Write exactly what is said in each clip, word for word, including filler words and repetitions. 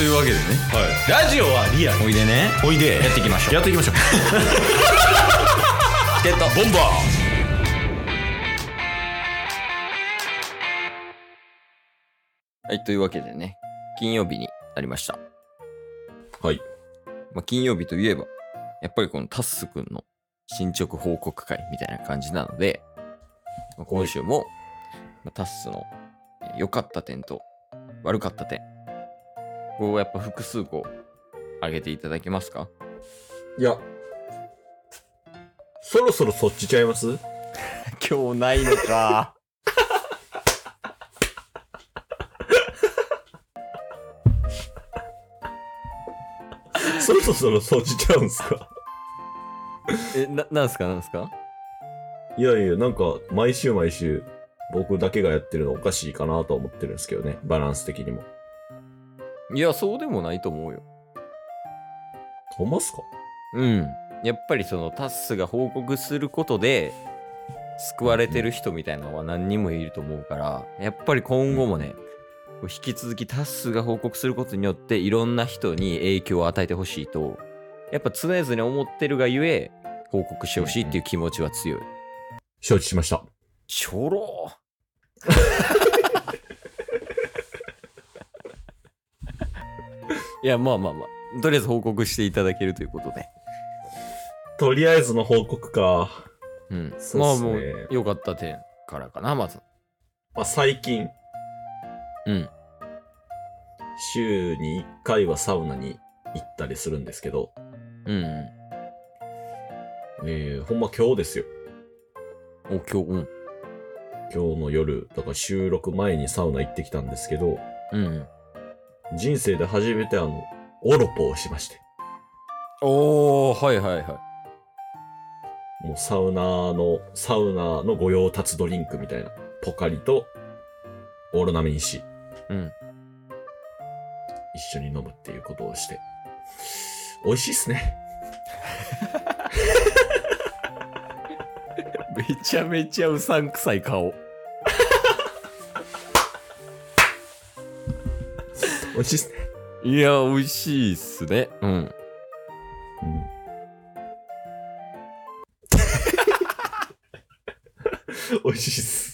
というわけでね、 はい、ラジオはリアル。 おいでね、 おいでやっていきましょう。 やっていきましょうチケットボンバー。はい、というわけでね、金曜日になりました。 はい。 まあ、金曜日といえば、やっぱりこのタッスくんの進捗報告会みたいな感じなので、まあ、今週も、まあ、タッスの良かった点と悪かった点、こうやっぱ複数個挙げていただけますか？ いや、そろそろそっちちゃいます？ 今日ないのか。 そろそろそっちちゃうんすか？ え、な、なんすかなんすか？ いやいや、なんか、毎週毎週、僕だけがやってるのおかしいかなと思ってるんですけどね。バランス的にも。 いや、そうでもないと思うよ。 ほんまっすか？ うん。やっぱりそのタッスが報告することで、救われてる人みたいなのは何人もいると思うから、やっぱり今後もね、引き続きタッスが報告することによっていろんな人に影響を与えてほしいと、やっぱ常々思ってるがゆえ、報告してほしいっていう気持ちは強い。 承知しました。 ちょろいや、まあまあまあ。とりあえず報告していただけるということで。 とりあえずの報告か。 うん。 そうっすね。 まあもう、良かった点からかな、まず。 まあ、最近、 うん。 週にいっかいはサウナに行ったりするんですけど、 うん、うん。 えー、ほんま今日ですよ。 お、今日、うん。 今日の夜、だから収録前にサウナ行ってきたんですけど、 うん。 人生で初めてあの、オロポをしまして。 おー、はいはいはい。 もうサウナの、サウナの御用達ドリンクみたいな。ポカリと、オロナミン C。 うん。 一緒に飲むっていうことをして。美味しいっすね。 めちゃめちゃうさんくさい顔。 美味しいっすね。 いや、美味しいっすね。うん。うん。 美味しいっす。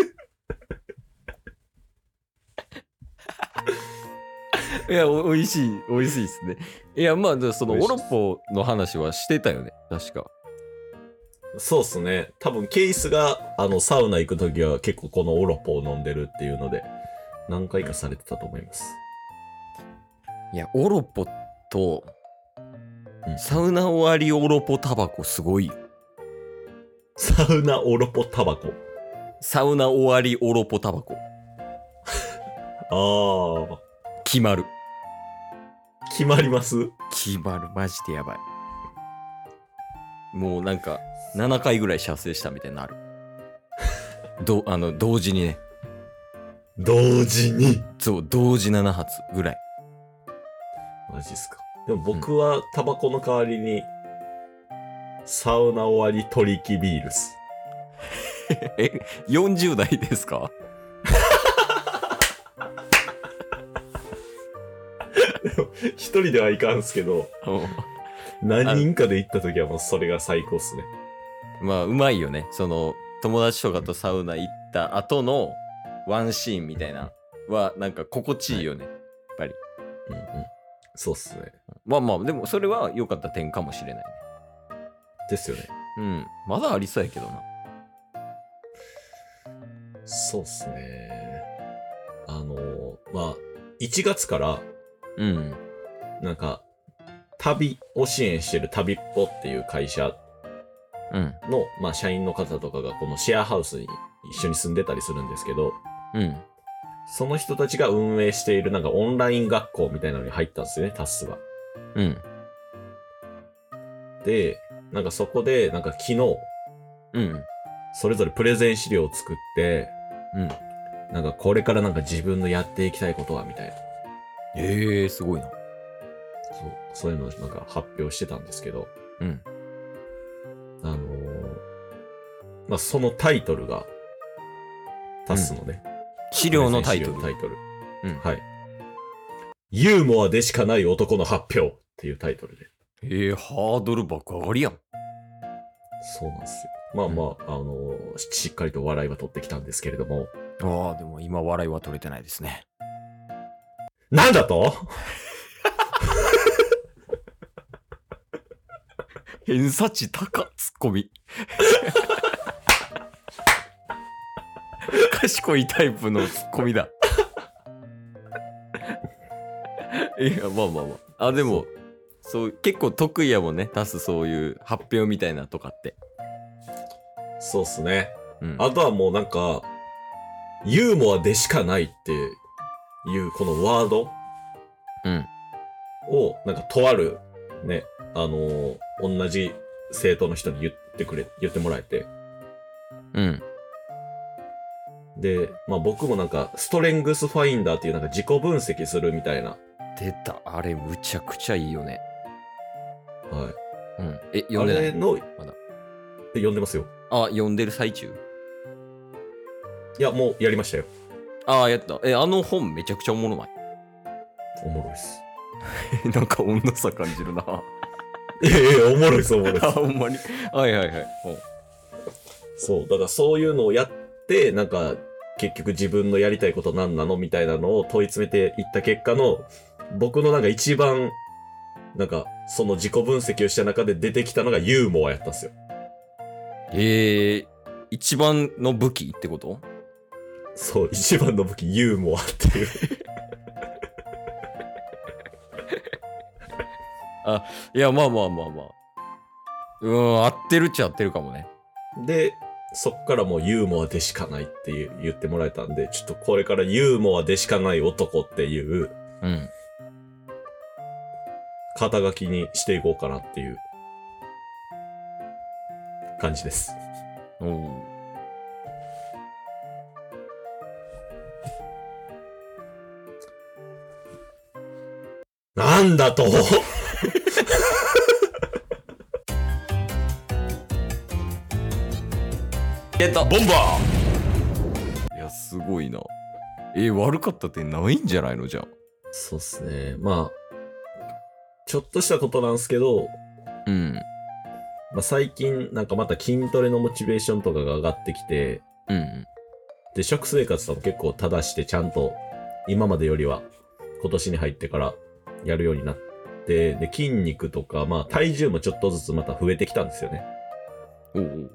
いや、お美味しい、美味しいっすね。いや、まあ、そのオロポの話はしてたよね、確か。 そうっすね。多分ケースが、あの、サウナ行くときは結構このオロポを飲んでるっていうので、何回かされてたと思います。 いや、オロポと、 うん、 サウナ終わりオロポタバコすごいよ。 サウナオロポタバコ。 サウナ終わりオロポタバコ。 ああ。 決まる。 決まります？ 決まる。マジでやばい。もうなんか、ななかいぐらい射精したみたいになる。ど、あの、同時にね。 同時に？ そう、同時ななはつぐらい。 マジっすか。でも僕はタバコの代わりに、サウナ終わり取り木ビールス。 え、よんじゅう代ですか？ 一人ではいかんすけど、何人かで行った時はもうそれが最高っすね。 まあ、うまいよね。その、友達とかとサウナ行った後のワンシーンみたいなは、なんか心地いいよね。はい、やっぱり。 うんうん。そうっすね。 まあまあ、でもそれは良かった点かもしれないね。 ですよね。 うん。まだありそうやけどな。 そうっすね。あのー、まあ、いちがつから、 うん。 なんか、旅を支援してる旅っぽっていう会社の、うん、まあ、社員の方とかがこのシェアハウスに一緒に住んでたりするんですけど、 うん。 その人たちが運営しているなんかオンライン学校みたいなのに入ったんですよね、タスが。 うん。 で、なんかそこで、なんか昨日、 うん。 それぞれプレゼン資料を作って、 うん。 なんかこれからなんか自分のやっていきたいことはみたいな。 ええー、すごいな。 そう、そういうのをなんか発表してたんですけど、 うん。 あのー、まあ、そのタイトルが、タスのね、 うん、資料のタイトル。 タイトル。 うん。 はい。 ユーモアでしかない男の発表っていうタイトルで。 えー、ハードル爆上がりやん。 そうなんですよ。まあまあ、あのーしっかりと笑いは取ってきたんですけれども。 ああ、でも今笑いは取れてないですね。 なんだと偏差値高っ、ツッコミ。賢いタイプのツッコミだ。いや、まあまあまあ。あ、でも、そう、結構得意やもんね。出すそういう発表みたいなとかって。 そうっすね。 うん。 あとはもうなんか、ユーモアでしかないっていうこのワードうん。 を、なんかとある、ね、あのー同じ生徒の人に言ってくれ、言ってもらえて。 うん。 で、まあ僕もなんか、ストレングスファインダーっていうなんか自己分析するみたいな。 出た。あれ、むちゃくちゃいいよね。 はうん。え、 い。 読んでないあれの、 まだ。 え読んでますよ。 あ、読んでる最中。 いや、もうやりましたよ。 ああ、やった。え、あの本めちゃくちゃおもろない。 おもろいっす。 なんか温度差感じるな。 いやいや、おもろいっす、おもろいっす。 あ、ほんまに。はいはいはい。 そう。だからそういうのをやって、なんか、結局自分のやりたいこと何なのみたいなのを問い詰めていった結果の、僕のなんか一番、なんか、その自己分析をした中で出てきたのがユーモアやったんですよ。 えー、一番の武器ってこと？ そう、一番の武器、ユーモアっていう。 あ、いや、まあまあまあまあ。うーん、合ってるっちゃ合ってるかもね。 で、そっからもうユーモアでしかないっていう言ってもらえたんで、ちょっとこれからユーモアでしかない男っていううん。 肩書きにしていこうかなっていう感じです。 おー。 なんだとゲットボンバー。いや、すごいな。えー、悪かったってないんじゃないのじゃあ。 そうっすね。まあ、ちょっとしたことなんですけど、 うん。 まあ、最近なんかまた筋トレのモチベーションとかが上がってきて、 うん。 で、食生活とかも結構正してちゃんと今までよりは今年に入ってからやるようになって、で、筋肉とか、まあ体重もちょっとずつまた増えてきたんですよね。 おうおう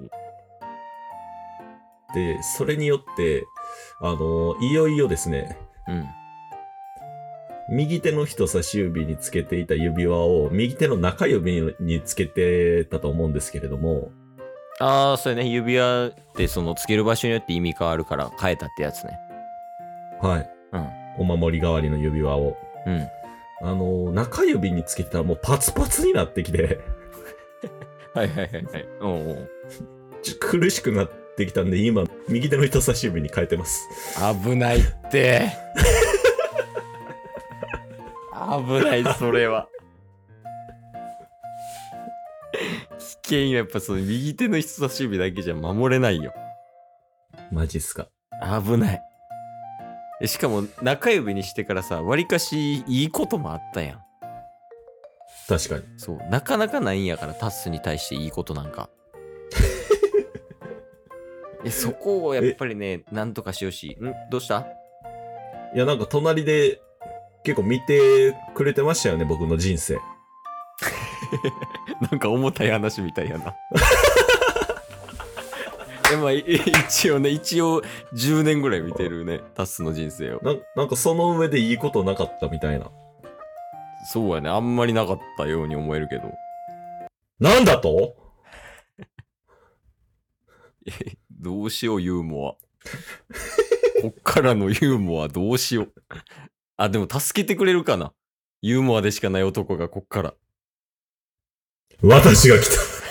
で、それによって、あのいよいよですね、 おう。うん。 右手の人差し指につけていた指輪を右手の中指につけてたと思うんですけれども、 ああ、そうやね。指輪ってそのつける場所によって意味変わるから変えたってやつね。 はい。 うん。 お守り代わりの指輪を。 うん。 あの中指につけてたらもうパツパツになってきて、 はいはいはいはい。おうおう。 ちょっと苦しくなってきたんで、今、右手の人差し指に変えてます。 危ないって。危ない、それは。危険よ。やっぱその右手の人差し指だけじゃ守れないよ。 マジっすか。 危ない。しかも中指にしてからさ、わりかしいいこともあったやん。 確かに。 そう、なかなかないんやから、タスに対していいことなんか。え、そこをやっぱりね、なんとかしようし。んどうした？ いや、なんか隣で結構見てくれてましたよね、僕の人生。 なんか重たい話みたいやな。え、まあ、い一応ね、一応じゅうねんぐらい見てるね、タスの人生を。 ななんかその上でいいことなかったみたいな。 そうやね、あんまりなかったように思えるけど。 なんだとえ、どうしよう、ユーモア。こっからのユーモアどうしよう。あ、でも助けてくれるかな。ユーモアでしかない男がこっから。 私が来た。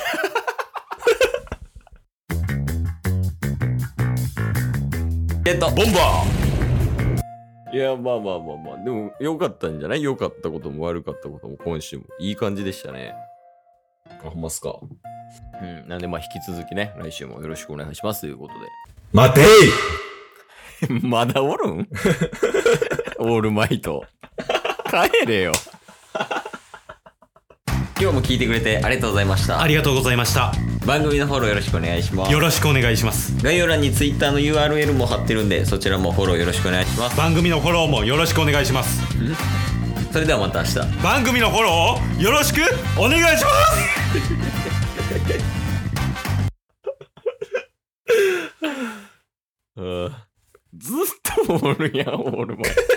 ゲットボンバー。いや、まあまあまあまあ。でも、良かったんじゃない？良かったことも悪かったことも今週もいい感じでしたね。 あ、ほんますか。 うん。なんで、まあ、引き続きね、来週もよろしくお願いしますということで。 待ていまだおるんオールマイト。 帰れよ。今日も聞いてくれてありがとうございました。 ありがとうございました。 番組のフォローよろしくお願いします。 よろしくお願いします。 概要欄に Twitter の ユーアールエル も貼ってるんで、そちらもフォローよろしくお願いします。 番組のフォローもよろしくお願いします。 それではまた明日。 番組のフォローをよろしくお願いしますずっとおるやん、俺も。